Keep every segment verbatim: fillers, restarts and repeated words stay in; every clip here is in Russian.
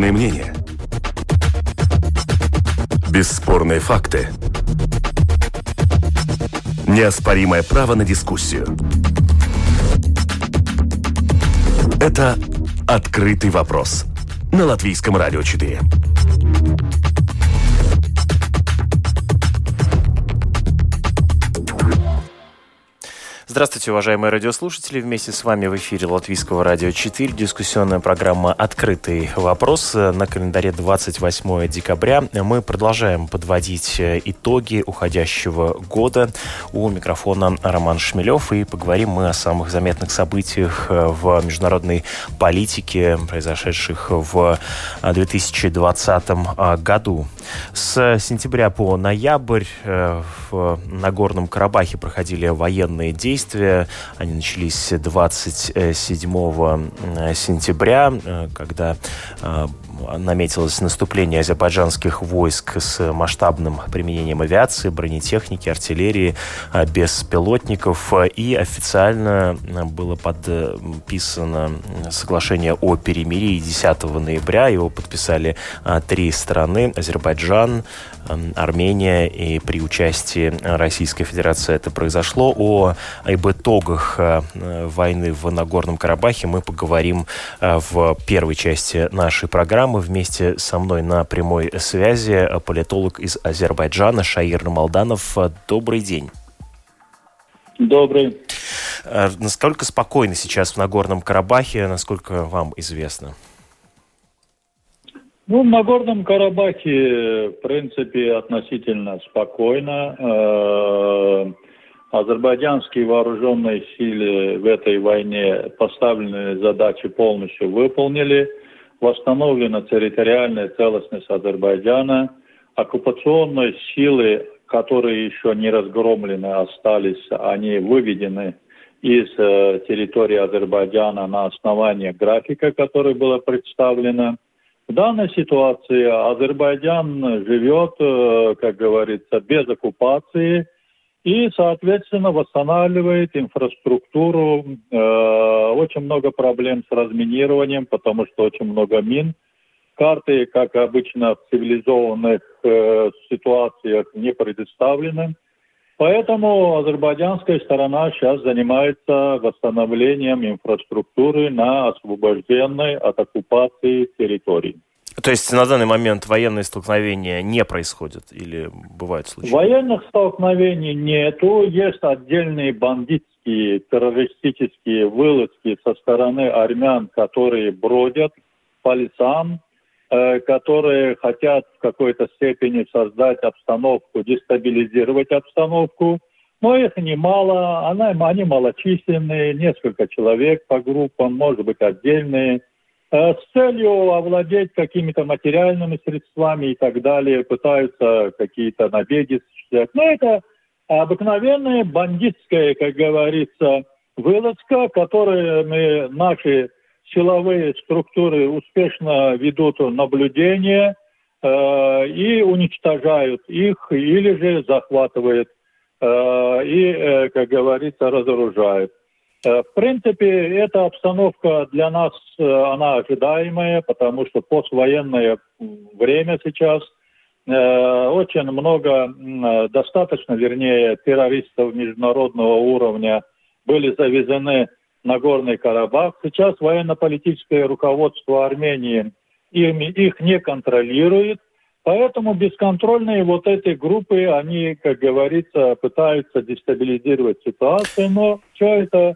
Квалифицированные мнения. Бесспорные факты. Неоспоримое право на дискуссию. Это «Открытый вопрос» на Латвийском радио четыре. Здравствуйте, уважаемые радиослушатели. Вместе с вами в эфире Латвийского радио четыре дискуссионная программа «Открытый вопрос». На календаре двадцать восьмое декабря мы продолжаем подводить итоги уходящего года. У микрофона Роман Шмелев. И поговорим мы о самых заметных событиях в международной политике, произошедших в две тысячи двадцатом году. С сентября по ноябрь в Нагорном Карабахе проходили военные действия. Они начались двадцать седьмого сентября, когда наметилось наступление азербайджанских войск с масштабным применением авиации, бронетехники, артиллерии, беспилотников. И официально было подписано соглашение о перемирии десятого ноября. Его подписали три страны: Азербайджан, Армения, и при участии Российской Федерации это произошло. О, об итогах войны в Нагорном Карабахе мы поговорим в первой части нашей программы. Вместе со мной на прямой связи политолог из Азербайджана Шаир Рамалданов. Добрый день. Добрый. Насколько спокойно сейчас в Нагорном Карабахе, насколько вам известно? Ну, в Нагорном Карабахе, в принципе, относительно спокойно. Азербайджанские вооруженные силы в этой войне поставленные задачи полностью выполнили. Восстановлена территориальная целостность Азербайджана. Оккупационные силы, которые еще не разгромлены, остались, они выведены из э, территории Азербайджана на основании графика, который было представлено. В данной ситуации Азербайджан живет, э, как говорится, без оккупации и, соответственно, восстанавливает инфраструктуру. Э, очень много проблем с разминированием, потому что очень много мин. Карты, как обычно в цивилизованных э, ситуациях, не предоставлены. Поэтому азербайджанская сторона сейчас занимается восстановлением инфраструктуры на освобожденной от оккупации территории. То есть на данный момент военные столкновения не происходят или бывают случаи? Военных столкновений нету. Есть отдельные бандитские, террористические вылазки со стороны армян, которые бродят по лесам, э, которые хотят в какой-то степени создать обстановку, дестабилизировать обстановку. Но их немало, она, они малочисленные, несколько человек по группам, может быть, отдельные. С целью овладеть какими-то материальными средствами и так далее, пытаются какие-то набеги осуществлять. Но это обыкновенная бандитская, как говорится, вылазка, которую наши силовые структуры успешно ведут наблюдение э, и уничтожают их, или же захватывают э, и, э, как говорится, разоружают. В принципе, эта обстановка для нас, она ожидаемая, потому что поствоенное время сейчас, э, очень много, э, достаточно, вернее, террористов международного уровня были завезены в Нагорный Карабах. Сейчас военно-политическое руководство Армении ими, их не контролирует, поэтому бесконтрольные вот эти группы, они, как говорится, пытаются дестабилизировать ситуацию, но все это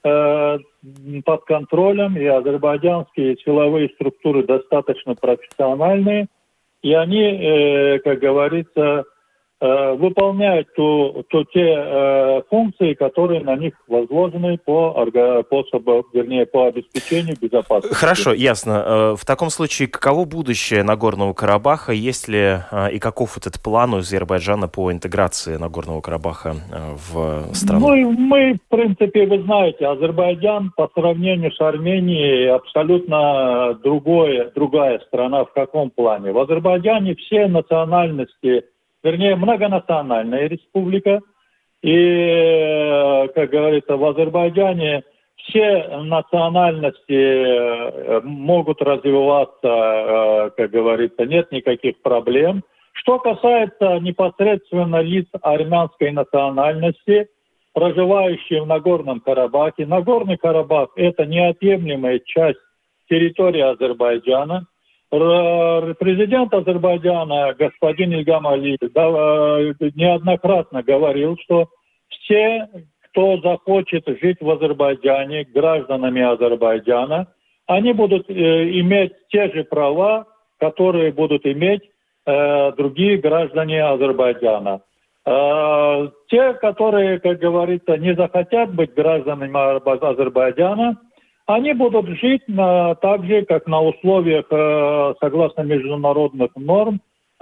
под контролем, и азербайджанские силовые структуры достаточно профессиональные, и они, как говорится, выполняют ту, ту, те функции, которые на них возложены по, по, вернее, по обеспечению безопасности. Хорошо, ясно. В таком случае, каково будущее Нагорного Карабаха? Есть ли и каков этот план у Азербайджана по интеграции Нагорного Карабаха в страну? Ну, мы, в принципе, вы знаете, Азербайджан по сравнению с Арменией абсолютно другое, другая страна. В каком плане? В Азербайджане все национальности, вернее, многонациональная республика. И, как говорится, в Азербайджане все национальности могут развиваться, как говорится, нет никаких проблем. Что касается непосредственно лиц армянской национальности, проживающих в Нагорном Карабахе, Нагорный Карабах – это неотъемлемая часть территории Азербайджана. Президент Азербайджана господин Ильгам Алиев неоднократно говорил, что все, кто захочет жить в Азербайджане, гражданами Азербайджана, они будут э, иметь те же права, которые будут иметь э, другие граждане Азербайджана. Э, те, которые, как говорится, не захотят быть гражданами Азербайджана, они будут жить на, так же, как на условиях, э, согласно международных норм,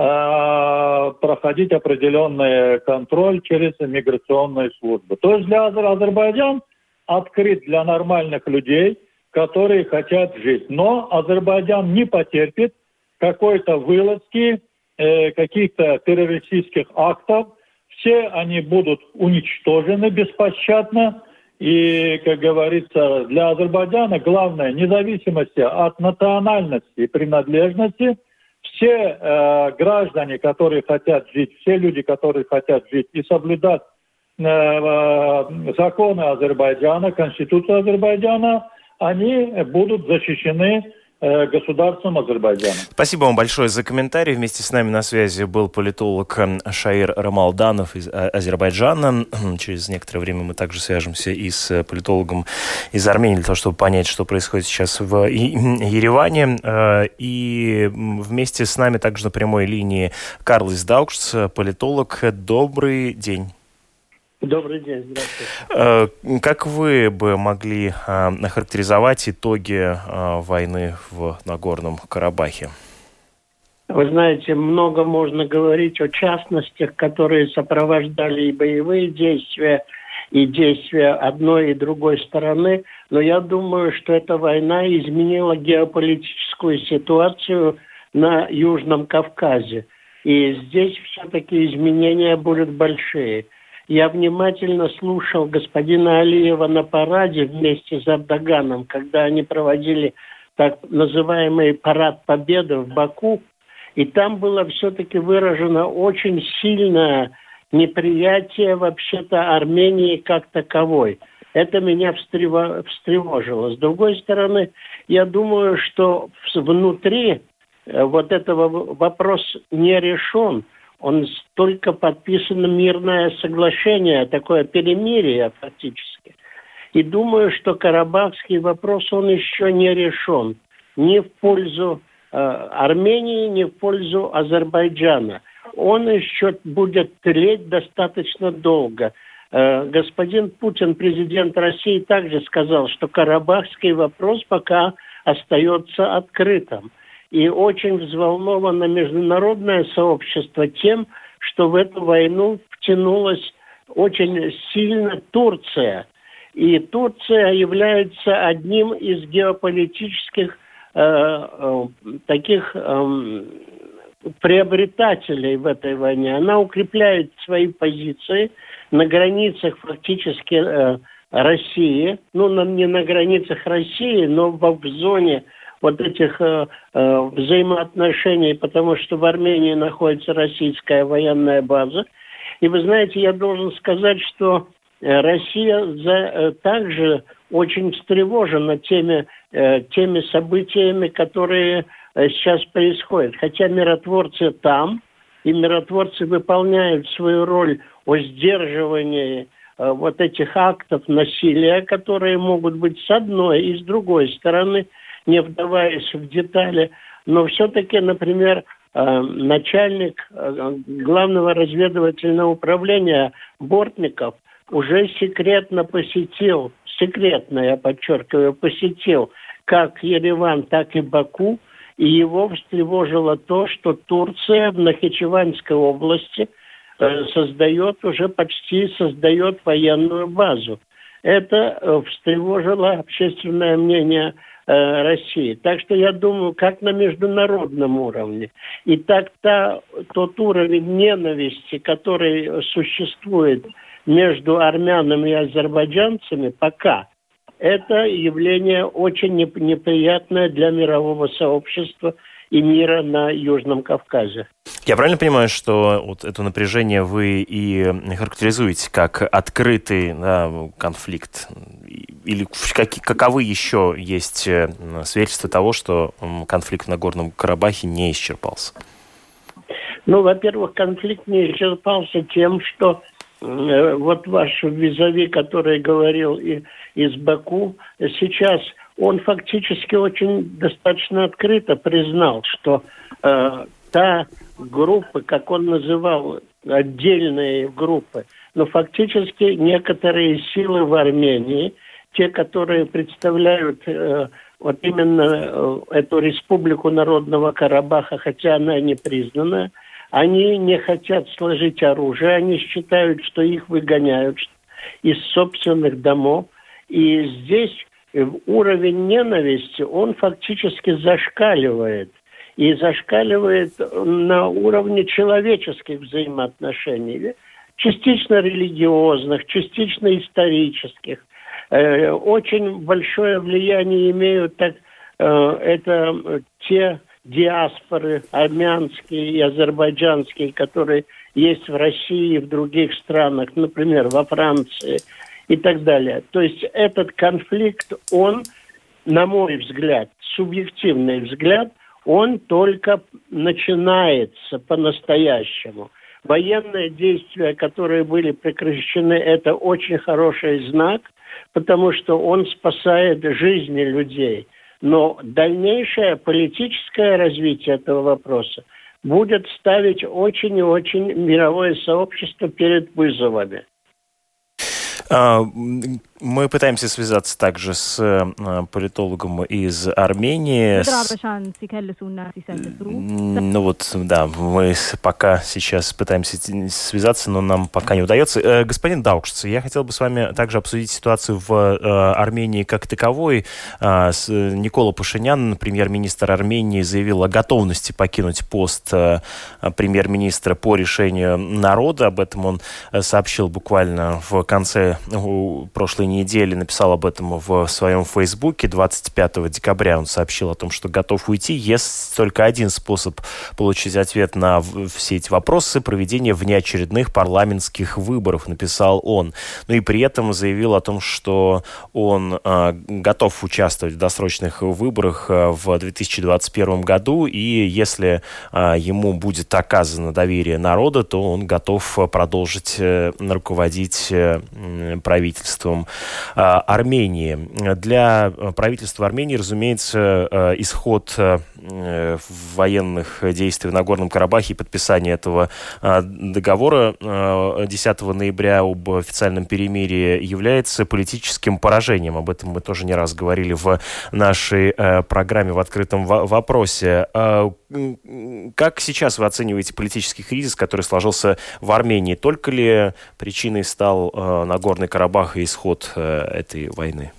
э, проходить определенный контроль через миграционные службы. То есть для Азер- Азербайджан открыт для нормальных людей, которые хотят жить. Но Азербайджан не потерпит какой-то вылазки, э, каких-то террористических актов. Все они будут уничтожены беспощадно. И, как говорится, для Азербайджана главное, независимости от национальности и принадлежности, все э, граждане, которые хотят жить, все люди, которые хотят жить и соблюдать э, э, законы Азербайджана, Конституцию Азербайджана, они будут защищены государством Азербайджана. Спасибо вам большое за комментарий. Вместе с нами на связи был политолог Шаир Рамалданов из Азербайджана. Через некоторое время мы также свяжемся и с политологом из Армении для того, чтобы понять, что происходит сейчас в Ереване. И вместе с нами также на прямой линии Карлис Даукшс, политолог. Добрый день. Добрый день, здравствуйте. Как вы бы могли охарактеризовать итоги войны в Нагорном Карабахе? Вы знаете, много можно говорить о частностях, которые сопровождали и боевые действия, и действия одной и другой стороны. Но я думаю, что эта война изменила геополитическую ситуацию на Южном Кавказе. И здесь все-таки изменения будут большие. Я внимательно слушал господина Алиева на параде вместе с Эрдоганом, когда они проводили так называемый парад Победы в Баку. И там было все-таки выражено очень сильное неприятие вообще-то Армении как таковой. Это меня встревожило. С другой стороны, я думаю, что внутри вот этого вопрос не решен. Он только подписано мирное соглашение, такое перемирие фактически. И думаю, что карабахский вопрос, он еще не решен. Ни в пользу э, Армении, ни в пользу Азербайджана. Он еще будет тлеть достаточно долго. Э, господин Путин, президент России, также сказал, что карабахский вопрос пока остается открытым. И очень взволновано международное сообщество тем, что в эту войну втянулась очень сильно Турция. И Турция является одним из геополитических э, э, таких э, приобретателей в этой войне. Она укрепляет свои позиции на границах фактически э, России, ну на, не на границах России, но в, в зоне вот этих э, э, взаимоотношений, потому что в Армении находится российская военная база. И вы знаете, я должен сказать, что э, Россия за, э, также очень встревожена теми, э, теми событиями, которые э, сейчас происходят. Хотя миротворцы там, и миротворцы выполняют свою роль о сдерживании э, вот этих актов насилия, которые могут быть с одной и с другой стороны, не вдаваясь в детали, но все-таки, например, начальник главного разведывательного управления Бортников уже секретно посетил, секретно, я подчеркиваю, посетил как Ереван, так и Баку, и его встревожило то, что Турция в Нахичеванской области создает, уже почти создает военную базу. Это встревожило общественное мнение России. Так что я думаю, как на международном уровне. И так та, тот уровень ненависти, который существует между армянами и азербайджанцами, пока это явление очень неприятное для мирового сообщества и мира на Южном Кавказе. Я правильно понимаю, что вот это напряжение вы и характеризуете как открытый, да, конфликт? Или какие, каковы еще есть свидетельства того, что конфликт в Нагорном Карабахе не исчерпался? Ну, во-первых, конфликт не исчерпался тем, что э, вот ваш визави, который говорил и, из Баку, сейчас он фактически очень достаточно открыто признал, что э, та группа, как он называл, отдельные группы, но фактически некоторые силы в Армении, те, которые представляют э, вот именно э, эту республику Народного Карабаха, хотя она не признана, они не хотят сложить оружие, они считают, что их выгоняют из собственных домов. И здесь уровень ненависти, он фактически зашкаливает. И зашкаливает на уровне человеческих взаимоотношений, частично религиозных, частично исторических. Очень большое влияние имеют так, это те диаспоры армянские и азербайджанские, которые есть в России и в других странах, например, во Франции и так далее. То есть этот конфликт, он, на мой взгляд, субъективный взгляд, он только начинается по-настоящему. Военные действия, которые были прекращены, это очень хороший знак, потому что он спасает жизни людей. Но дальнейшее политическое развитие этого вопроса будет ставить очень и очень мировое сообщество перед вызовами. Мы пытаемся связаться также с политологом из Армении. С... Ну вот, да, мы пока сейчас пытаемся связаться, но нам пока не удается. Господин Даукшиц, я хотел бы с вами также обсудить ситуацию в Армении как таковой. Никола Пашинян, премьер-министр Армении, заявил о готовности покинуть пост премьер-министра по решению народа. Об этом он сообщил буквально в конце прошлой недели, написал об этом в своем фейсбуке. двадцать пятого декабря он сообщил о том, что готов уйти. Есть только один способ получить ответ на все эти вопросы — проведение внеочередных парламентских выборов, написал он. Ну и при этом заявил о том, что он э, готов участвовать в досрочных выборах в две тысячи двадцать первом году, и если э, ему будет оказано доверие народа, то он готов продолжить э, руководить э, правительством э, Армении. Для правительства Армении, разумеется, э, исход э, военных действий в Нагорном Карабахе и подписание этого э, договора э, десятого ноября об официальном перемирии является политическим поражением. Об этом мы тоже не раз говорили в нашей э, программе в открытом в- вопросе. Э, как сейчас вы оцениваете политический кризис, который сложился в Армении? Только ли причиной стал э, Нагорный Карабах и исход э, этой войны?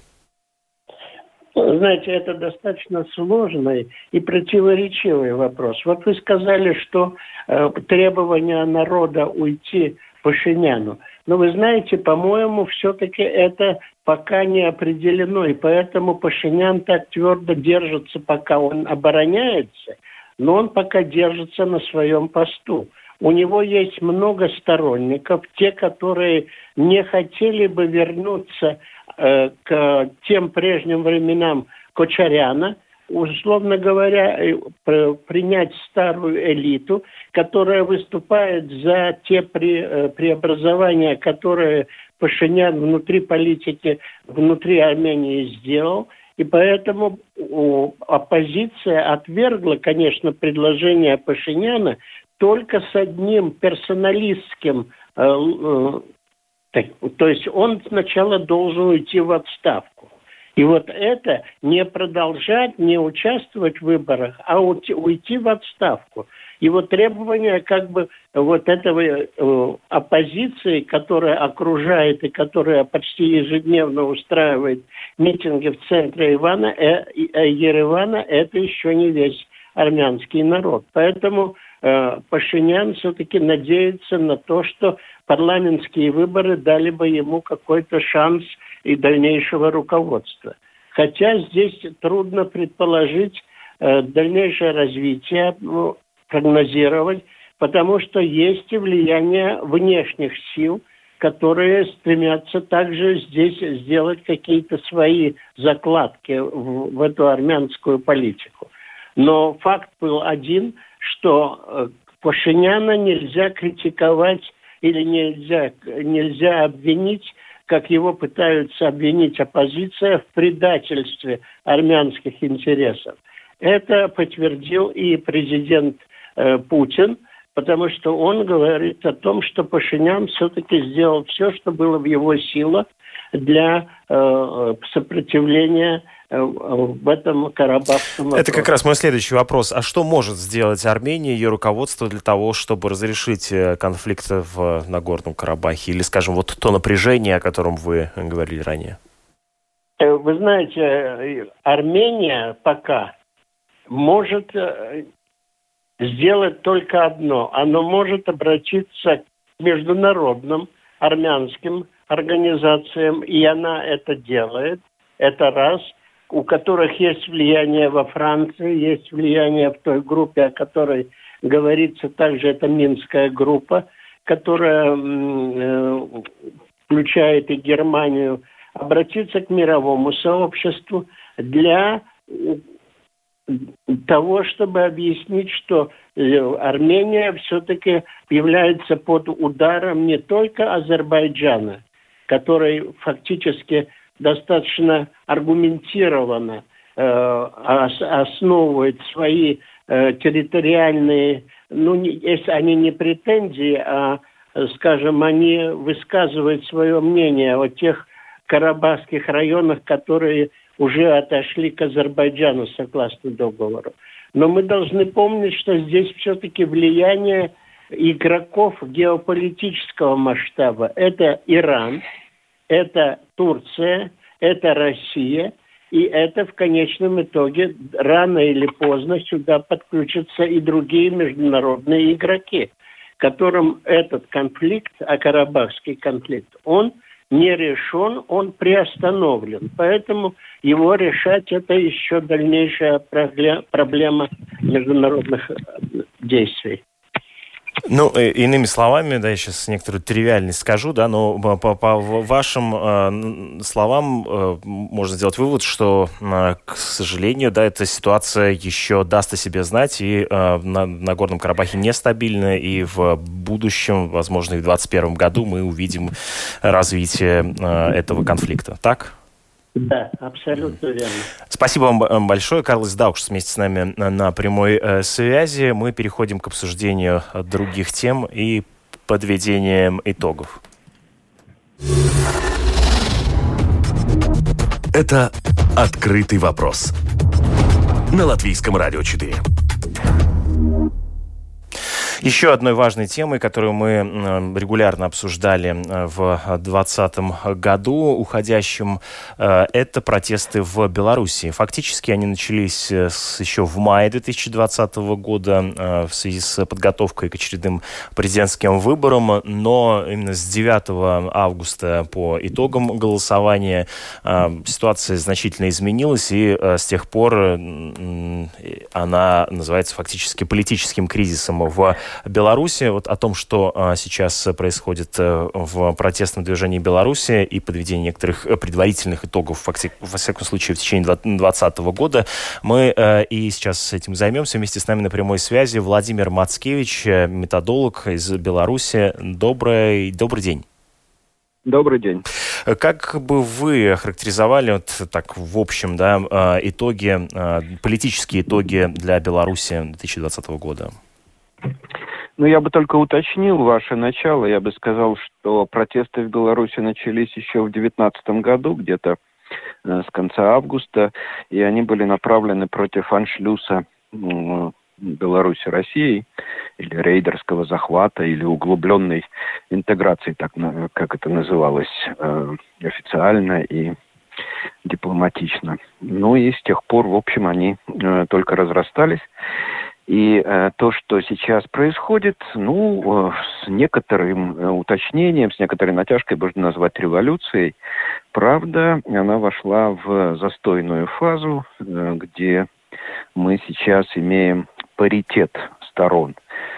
Знаете, это достаточно сложный и противоречивый вопрос. Вот вы сказали, что э, требование народа уйти Пашиняну. Но вы знаете, по-моему, все-таки это пока не определено. И поэтому Пашинян так твердо держится, пока он обороняется, но он пока держится на своем посту. У него есть много сторонников, те, которые не хотели бы вернуться э, к тем прежним временам Кочаряна, условно говоря, э, принять старую элиту, которая выступает за те пре, э, преобразования, которые Пашинян внутри политики, внутри Армении сделал. И поэтому оппозиция отвергла, конечно, предложение Пашиняна только с одним персоналистским, э, э, так, то есть он сначала должен уйти в отставку. И вот это не продолжать, не участвовать в выборах, а уйти, уйти в отставку. И вот требования как бы вот этого э, оппозиции, которая окружает и которая почти ежедневно устраивает митинги в центре Ивана, э, э, Еревана, это еще не весь армянский народ. Поэтому э, Пашинян все-таки надеется на то, что парламентские выборы дали бы ему какой-то шанс и дальнейшего руководства. Хотя здесь трудно предположить э, дальнейшее развитие, ну, прогнозировать, потому что есть и влияние внешних сил, которые стремятся также здесь сделать какие-то свои закладки в, в эту армянскую политику. Но факт был один, что Пашиняна нельзя критиковать или нельзя, нельзя обвинить, как его пытаются обвинить оппозиция, в предательстве армянских интересов. Это подтвердил и президент э, Путин, потому что он говорит о том, что Пашинян все-таки сделал все, что было в его силах для э, сопротивления э, в этом карабахском вопросе. Это как раз мой следующий вопрос. А что может сделать Армения и ее руководство для того, чтобы разрешить конфликт в Нагорном Карабахе? Или, скажем, вот то напряжение, о котором вы говорили ранее? Вы знаете, Армения пока может сделать только одно. Оно может обратиться к международным армянским организациям, и она это делает. Это раз. У которых есть влияние во Франции, есть влияние в той группе, о которой говорится также, это Минская группа, которая э, включает и Германию, обратиться к мировому сообществу для того, чтобы объяснить, что Армения все-таки является под ударом не только Азербайджана, который фактически достаточно аргументированно э, основывает свои э, территориальные, ну, не, если они не претензии, а, скажем, они высказывают свое мнение о тех карабахских районах, которые уже отошли к Азербайджану согласно договору. Но мы должны помнить, что здесь все-таки влияние игроков геополитического масштаба. Это Иран, это Турция, это Россия, и это в конечном итоге рано или поздно сюда подключатся и другие международные игроки, которым этот конфликт, а карабахский конфликт, он не решен, он приостановлен. Поэтому его решать — это еще дальнейшая проблема международных действий. Ну, иными словами, да, я сейчас некоторую тривиальность скажу, да, но по, по вашим э, словам э, можно сделать вывод, что, э, к сожалению, да, эта ситуация еще даст о себе знать, и э, на Нагорном Карабахе нестабильно, и в будущем, возможно, и в двадцать первом году мы увидим развитие э, этого конфликта. Так? Да, абсолютно верно. Спасибо вам большое. Карлос Даукшс вместе с нами на, на прямой э, связи. Мы переходим к обсуждению других тем и подведением итогов. Это «Открытый вопрос» на Латвийском радио четыре. Еще одной важной темой, которую мы регулярно обсуждали в двадцатом году уходящем, это протесты в Беларуси. Фактически они начались еще в мае две тысячи двадцатого года в связи с подготовкой к очередным президентским выборам, но именно с девятого августа по итогам голосования ситуация значительно изменилась, и с тех пор она называется фактически политическим кризисом в Беларуси. Вот о том, что а, сейчас происходит а, в протестном движении Беларуси и подведении некоторых предварительных итогов, во всяком случае, в течение двадцатого года, мы а, и сейчас этим займемся. Вместе с нами на прямой связи Владимир Мацкевич, методолог из Беларуси. Добрый, добрый день. Добрый день. Как бы вы охарактеризовали вот так в общем, да, итоги, политические итоги для Беларуси две тысячи двадцатого года? Ну, я бы только уточнил ваше начало. Я бы сказал, что протесты в Беларуси начались еще в две тысячи девятнадцатом году, где-то э, с конца августа, и они были направлены против аншлюса э, Беларуси Россией, или рейдерского захвата, или углубленной интеграции, так как это называлось э, официально и дипломатично. Ну и с тех пор, в общем, они э, только разрастались. И э, то, что сейчас происходит, ну, э, с некоторым э, уточнением, с некоторой натяжкой можно назвать революцией, Правда, она вошла в застойную фазу, где мы сейчас имеем паритет сторон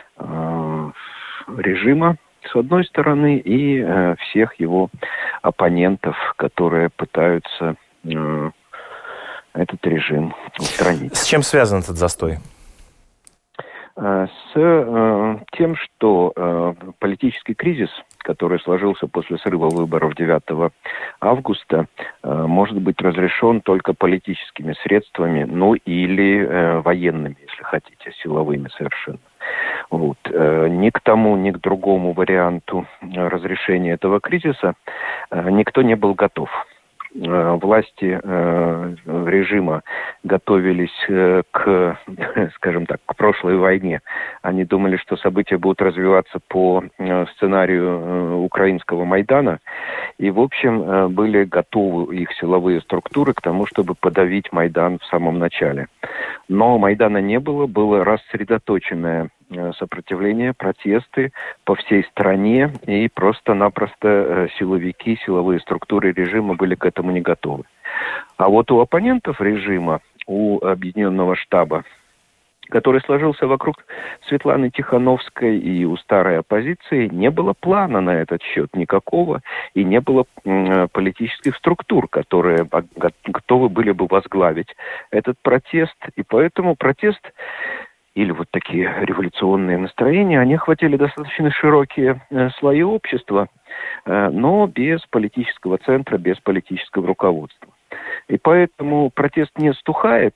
режима, с одной стороны, и э, всех его оппонентов, которые пытаются э, этот режим устранить. С чем связан этот застой? Э, с э, тем, что э, политический кризис, который сложился после срыва выборов девятого августа, э, может быть разрешен только политическими средствами, ну или э, военными, если хотите, силовыми совершенно. Вот. Ни к тому, ни к другому варианту разрешения этого кризиса никто не был готов. Власти режима готовились к, скажем так, к прошлой войне. Они думали, что события будут развиваться по сценарию украинского Майдана. И, в общем, были готовы их силовые структуры к тому, чтобы подавить Майдан в самом начале. Но Майдана не было, было рассредоточенное сопротивление, протесты по всей стране, и просто-напросто силовики, силовые структуры режима были к этому не готовы. А вот у оппонентов режима, у Объединенного штаба, который сложился вокруг Светланы Тихановской и у старой оппозиции, не было плана на этот счет никакого, и не было м, политических структур, которые готовы были бы возглавить этот протест. И поэтому протест или вот такие революционные настроения, они охватили достаточно широкие э, слои общества, э, но без политического центра, без политического руководства. И поэтому протест не стухает,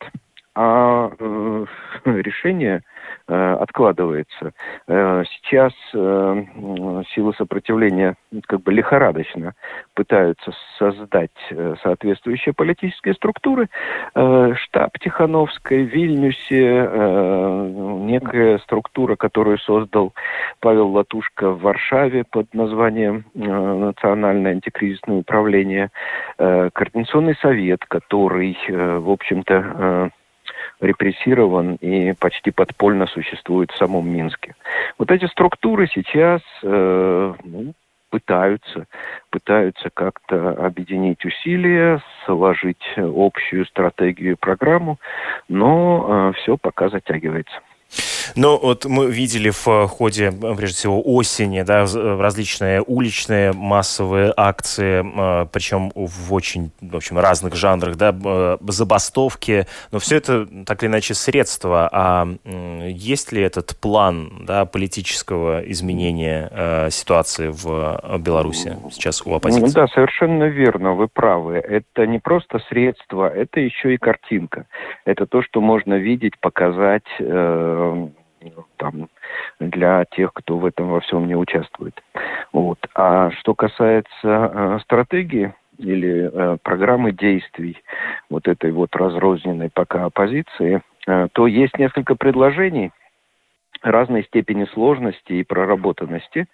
а э, решение э, откладывается. Э, сейчас э, силы сопротивления как бы лихорадочно пытаются создать э, соответствующие политические структуры. Э, штаб Тихановской в Вильнюсе, э, некая структура, которую создал Павел Латушко в Варшаве под названием э, Национальное антикризисное управление, э, Координационный совет, который, э, в общем-то, э, репрессирован и почти подпольно существует в самом Минске. Вот эти структуры сейчас э, ну, пытаются, пытаются как-то объединить усилия, сложить общую стратегию и программу, но э, все пока затягивается. Ну, вот мы видели в ходе, прежде всего, осени, да, различные уличные массовые акции, причем в очень, в общем, разных жанрах, да, забастовки, но все это, так или иначе, средства. А есть ли этот план, да, политического изменения э, ситуации в Беларуси сейчас у оппозиции? Да, совершенно верно, вы правы. Это не просто средства, это еще и картинка. Это то, что можно видеть, показать, э, там, для тех, кто в этом во всем не участвует. Вот. А что касается э, стратегии или э, программы действий вот этой вот разрозненной пока оппозиции, э, то есть несколько предложений разной степени сложности и проработанности.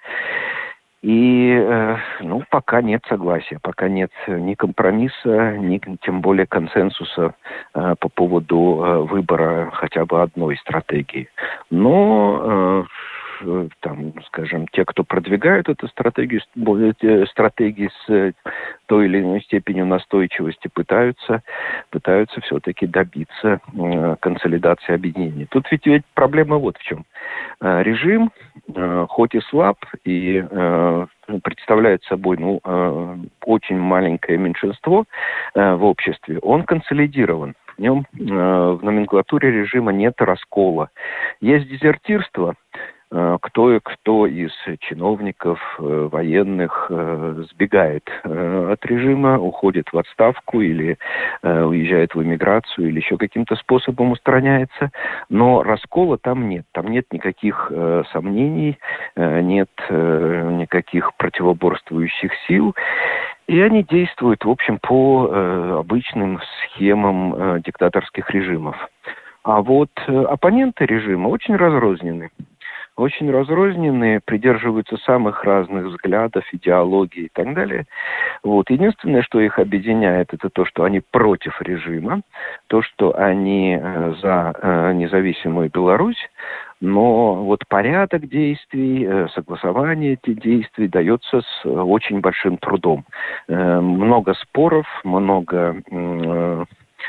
И, э, ну, пока нет согласия, пока нет ни компромисса, ни тем более консенсуса э, по поводу э, выбора хотя бы одной стратегии. Но, э, там, скажем, те, кто продвигают эту стратегию, стратегии с той или иной степенью настойчивости, пытаются, пытаются все-таки добиться э, консолидации объединения. Тут ведь, ведь проблема вот в чем. Э, режим, э, хоть и слаб, и э, представляет собой, ну, э, очень маленькое меньшинство э, в обществе, он консолидирован. В нем, э, в номенклатуре режима нет раскола. Есть дезертирство. Кто и кто из чиновников, военных сбегает от режима, уходит в отставку или уезжает в эмиграцию, или еще каким-то способом устраняется. Но раскола там нет. Там нет никаких сомнений, нет никаких противоборствующих сил. И они действуют, в общем, по обычным схемам диктаторских режимов. А вот оппоненты режима очень разрознены. очень разрозненные, придерживаются самых разных взглядов, идеологий и так далее. Вот. Единственное, что их объединяет, это то, что они против режима, то, что они э, за э, независимую Беларусь, но вот порядок действий, э, согласование этих действий дается с очень большим трудом. Э, много споров, много э,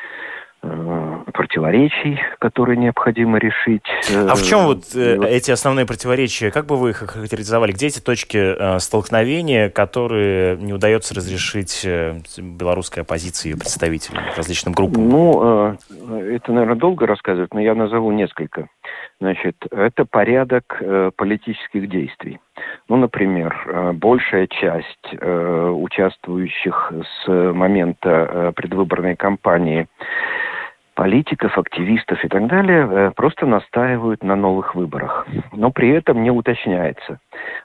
противоречий, которые необходимо решить. А в чем вот э, эти основные противоречия? Как бы вы их охарактеризовали? Где эти точки э, столкновения, которые не удается разрешить э, белорусской оппозиции и представителям, различным группам? Ну, э, это, наверное, долго рассказывать, но я назову несколько. Значит, это порядок э, политических действий. Ну, например, э, большая часть э, участвующих с момента э, предвыборной кампании политиков, активистов и так далее просто настаивают на новых выборах. Но при этом не уточняется,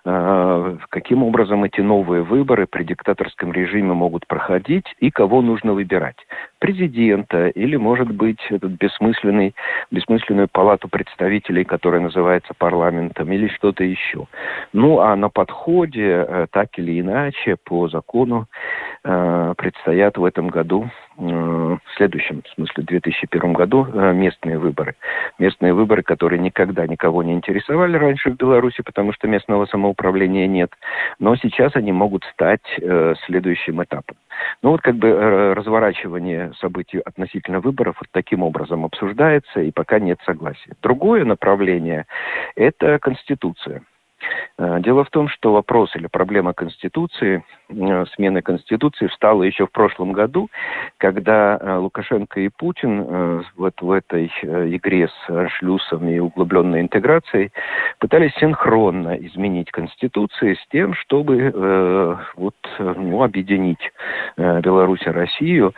каким образом эти новые выборы при диктаторском режиме могут проходить и кого нужно выбирать. Президента или, может быть, этот бессмысленный, бессмысленную палату представителей, которая называется парламентом, или что-то еще. Ну, а на подходе, так или иначе, по закону, предстоят в этом году, в следующем, в смысле, в две тысячи первом году, местные выборы. Местные выборы, которые никогда никого не интересовали раньше в Беларуси, потому что местного самоуправления нет. Но сейчас они могут стать следующим этапом. Ну вот как бы разворачивание событий относительно выборов вот таким образом обсуждается, и пока нет согласия. Другое направление – это Конституция. Дело в том, что вопрос или проблема Конституции, смены Конституции встала еще в прошлом году, когда Лукашенко и Путин вот в этой игре с шлюсом и углубленной интеграцией пытались синхронно изменить Конституцию с тем, чтобы вот, ну, объединить Беларусь и Россию.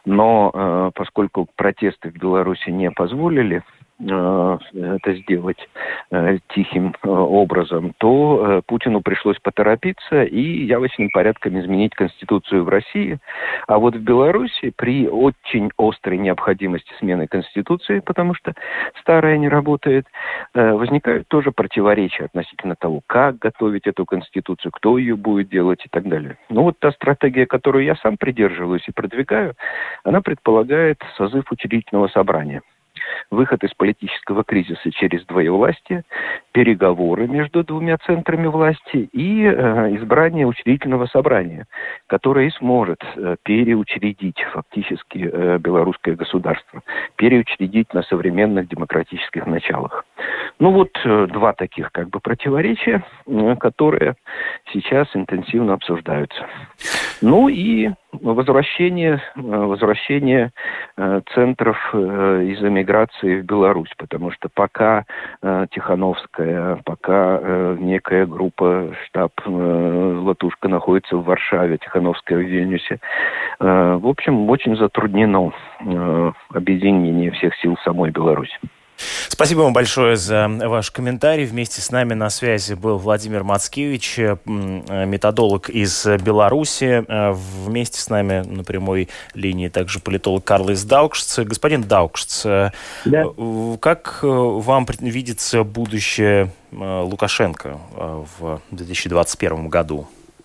Но поскольку протесты в Беларуси не позволили это сделать э, тихим э, образом, то э, Путину пришлось поторопиться и явочным порядком изменить Конституцию в России. А вот в Беларуси при очень острой необходимости смены Конституции, потому что старая не работает, э, возникают тоже противоречия относительно того, как готовить эту Конституцию, кто ее будет делать и так далее. Ну вот та стратегия, которую я сам придерживаюсь и продвигаю, она предполагает созыв учредительного собрания. Выход из политического кризиса через двоевластие, переговоры между двумя центрами власти и э, избрание учредительного собрания, которое и сможет э, переучредить фактически э, белорусское государство, переучредить на современных демократических началах. Ну вот э, два таких как бы противоречия, э, которые сейчас интенсивно обсуждаются. Ну и возвращение, возвращение э, центров э, из эмиграции в Беларусь, потому что пока э, Тихановская, пока э, некая группа, штаб э, Латушка находится в Варшаве, Тихановская в Вильнюсе, э, в общем, очень затруднено э, объединение всех сил самой Беларуси. Спасибо вам большое за ваш комментарий. Вместе с нами на связи был Владимир Мацкевич, методолог из Беларуси. Вместе с нами на прямой линии также политолог Карлис Даукшц. Господин Даукшц, да. Как вам видится будущее Лукашенко в две тысячи двадцать первом году?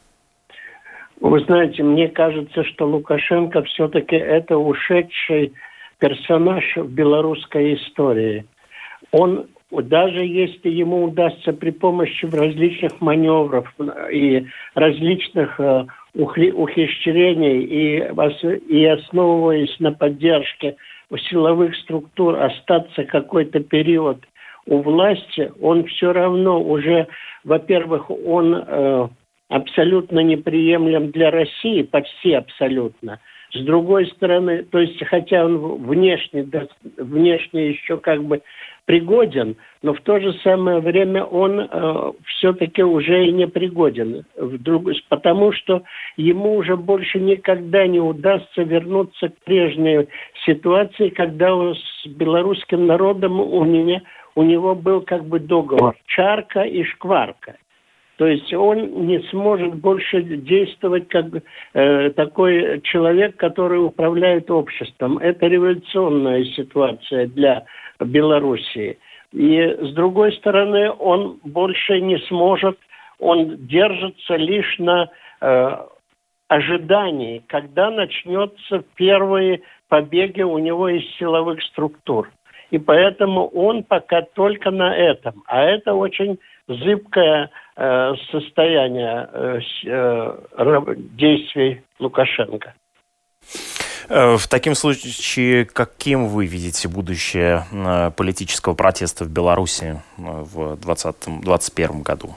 Вы знаете, мне кажется, что Лукашенко все-таки это ушедший персонаж в белорусской истории. Он, даже если ему удастся при помощи различных маневров и различных э, ухищрений и, и основываясь на поддержке силовых структур остаться какой-то период у власти, он все равно уже, во-первых, он э, абсолютно неприемлем для России, почти абсолютно. С другой стороны, то есть, хотя он внешне, да, внешне еще как бы пригоден, но в то же самое время он э, все-таки уже и не пригоден, вдруг, потому что ему уже больше никогда не удастся вернуться к прежней ситуации, когда с белорусским народом у меня, у него был как бы договор чарка и шкварка. То есть он не сможет больше действовать как э, такой человек, который управляет обществом. Это революционная ситуация для Белоруссии. И, с другой стороны, он больше не сможет, он держится лишь на э, ожидании, когда начнется первые побеги у него из силовых структур. И поэтому он пока только на этом. А это очень зыбкое э, состояние э, э, действий Лукашенко. В таком случае, каким вы видите будущее политического протеста в Беларуси в двадцатом двадцать первом году?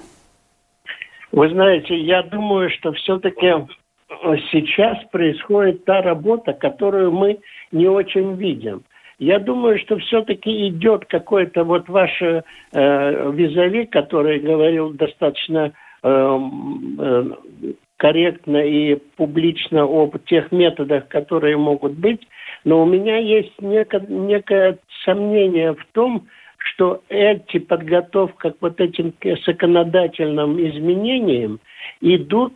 Вы знаете, я думаю, что все-таки сейчас происходит та работа, которую мы не очень видим. Я думаю, что все-таки идет какой-то вот ваш э, визави, который говорил достаточно э, э, корректно и публично об тех методах, которые могут быть. Но у меня есть неко, некое сомнение в том, что эти подготовка к вот этим законодательным изменениям идут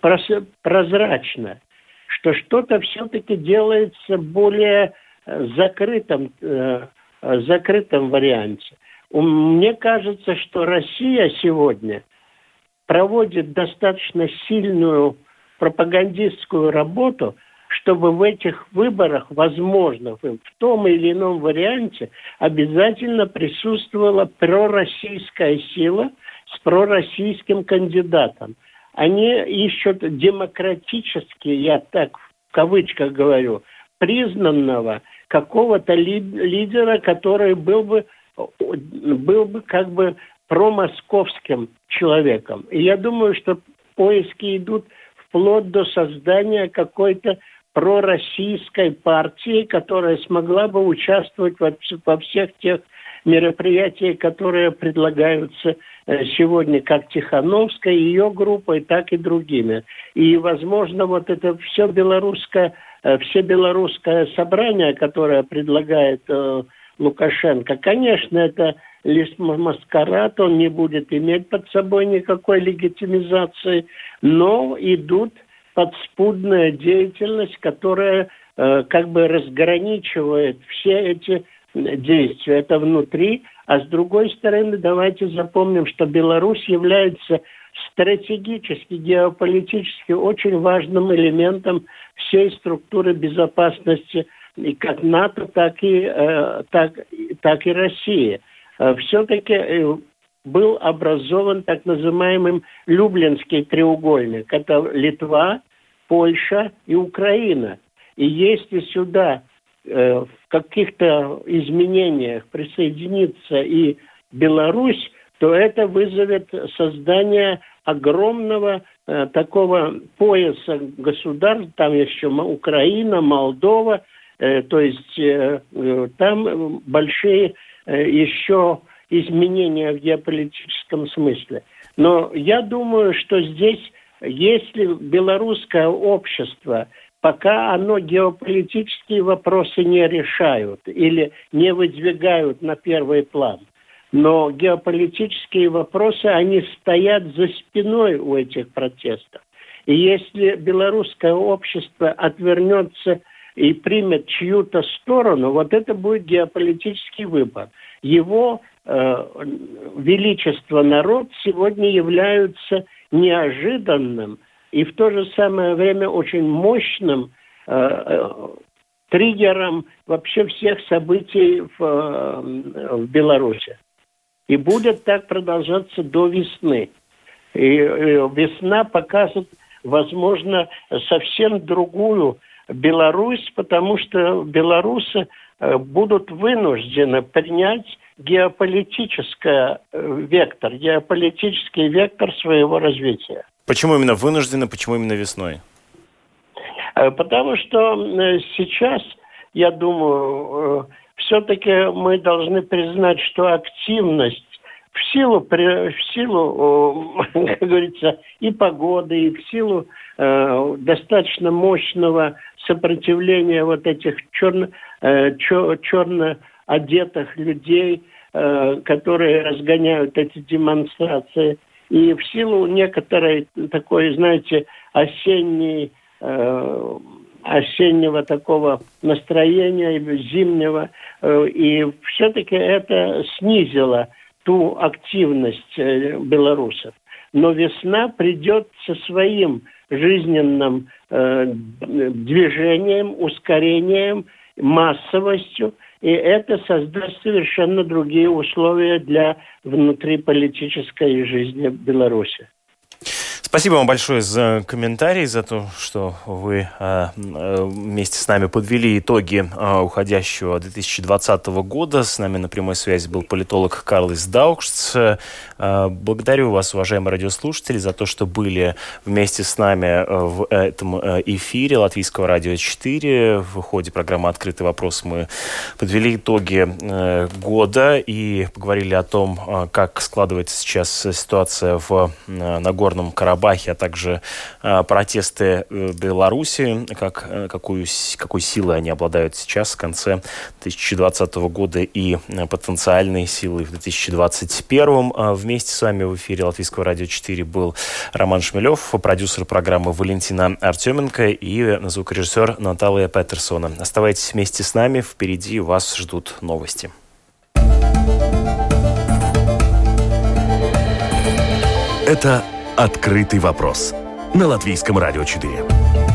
прозрачно, что что-то все-таки делается более закрытом, э, закрытом варианте. Мне кажется, что Россия сегодня проводит достаточно сильную пропагандистскую работу, чтобы в этих выборах, возможно, в том или ином варианте, обязательно присутствовала пророссийская сила с пророссийским кандидатом. Они ищут демократически, я так в кавычках говорю, признанного какого-то лидера, который был бы, был бы как бы промосковским человеком. И я думаю, что поиски идут вплоть до создания какой-то пророссийской партии, которая смогла бы участвовать во, во всех тех мероприятиях, которые предлагаются сегодня как Тихановской, ее группой, так и другими. И, возможно, вот это все белорусское, все белорусское собрание, которое предлагает э, Лукашенко, конечно, это лишь маскарад, он не будет иметь под собой никакой легитимизации, но идут подспудная деятельность, которая э, как бы разграничивает все эти действия. Это внутри, а с другой стороны, давайте запомним, что Беларусь является стратегически, геополитически очень важным элементом всей структуры безопасности и как НАТО, так и, э, так, так и России. Э, все-таки э, был образован так называемый Люблинский треугольник. Это Литва, Польша и Украина. И если сюда э, в каких-то изменениях присоединится и Беларусь, то это вызовет создание огромного э, такого пояса государств. Там еще Украина, Молдова. Э, то есть э, э, там большие э, еще изменения в геополитическом смысле. Но я думаю, что здесь, если белорусское общество, пока оно геополитические вопросы не решают или не выдвигают на первый план, но геополитические вопросы, они стоят за спиной у этих протестов. И если белорусское общество отвернется и примет чью-то сторону, вот это будет геополитический выбор. Его э, величество народ сегодня являются неожиданным и в то же самое время очень мощным э, э, триггером вообще всех событий в, э, в Беларуси. И будет так продолжаться до весны. И, и весна покажет, возможно, совсем другую Беларусь, потому что белорусы э, будут вынуждены принять геополитический э, вектор, геополитический вектор своего развития. Почему именно вынуждены, почему именно весной? Э, потому что э, сейчас, я думаю, э, все-таки мы должны признать, что активность в силу, в силу, как говорится, и погоды, и в силу э, достаточно мощного сопротивления вот этих черно, э, чер, черно одетых людей, э, которые разгоняют эти демонстрации, и в силу некоторой такой, знаете, осенней э, осеннего такого настроения, зимнего. И все-таки это снизило ту активность белорусов. Но весна придет со своим жизненным э, движением, ускорением, массовостью, и это создаст совершенно другие условия для внутриполитической жизни Беларуси. Спасибо вам большое за комментарий, за то, что вы э, вместе с нами подвели итоги э, уходящего две тысячи двадцатого года. С нами на прямой связи был политолог Карлис Даукштс. Э, благодарю вас, уважаемые радиослушатели, за то, что были вместе с нами в этом эфире Латвийского радио четыре. В ходе программы «Открытый вопрос» мы подвели итоги э, года и поговорили о том, э, как складывается сейчас ситуация в э, Нагорном Карабахе, а также э, протесты в Беларуси, как, э, какую, какой силой они обладают сейчас в конце две тысячи двадцатого года и э, потенциальной силой в две тысячи двадцать первом. Э, вместе с вами в эфире Латвийского радио четыре был Роман Шмелев, продюсер программы Валентина Артеменко и звукорежиссер Наталья Петерсона. Оставайтесь вместе с нами, впереди вас ждут новости. Это «Открытый вопрос» на Латвийском радио четыре.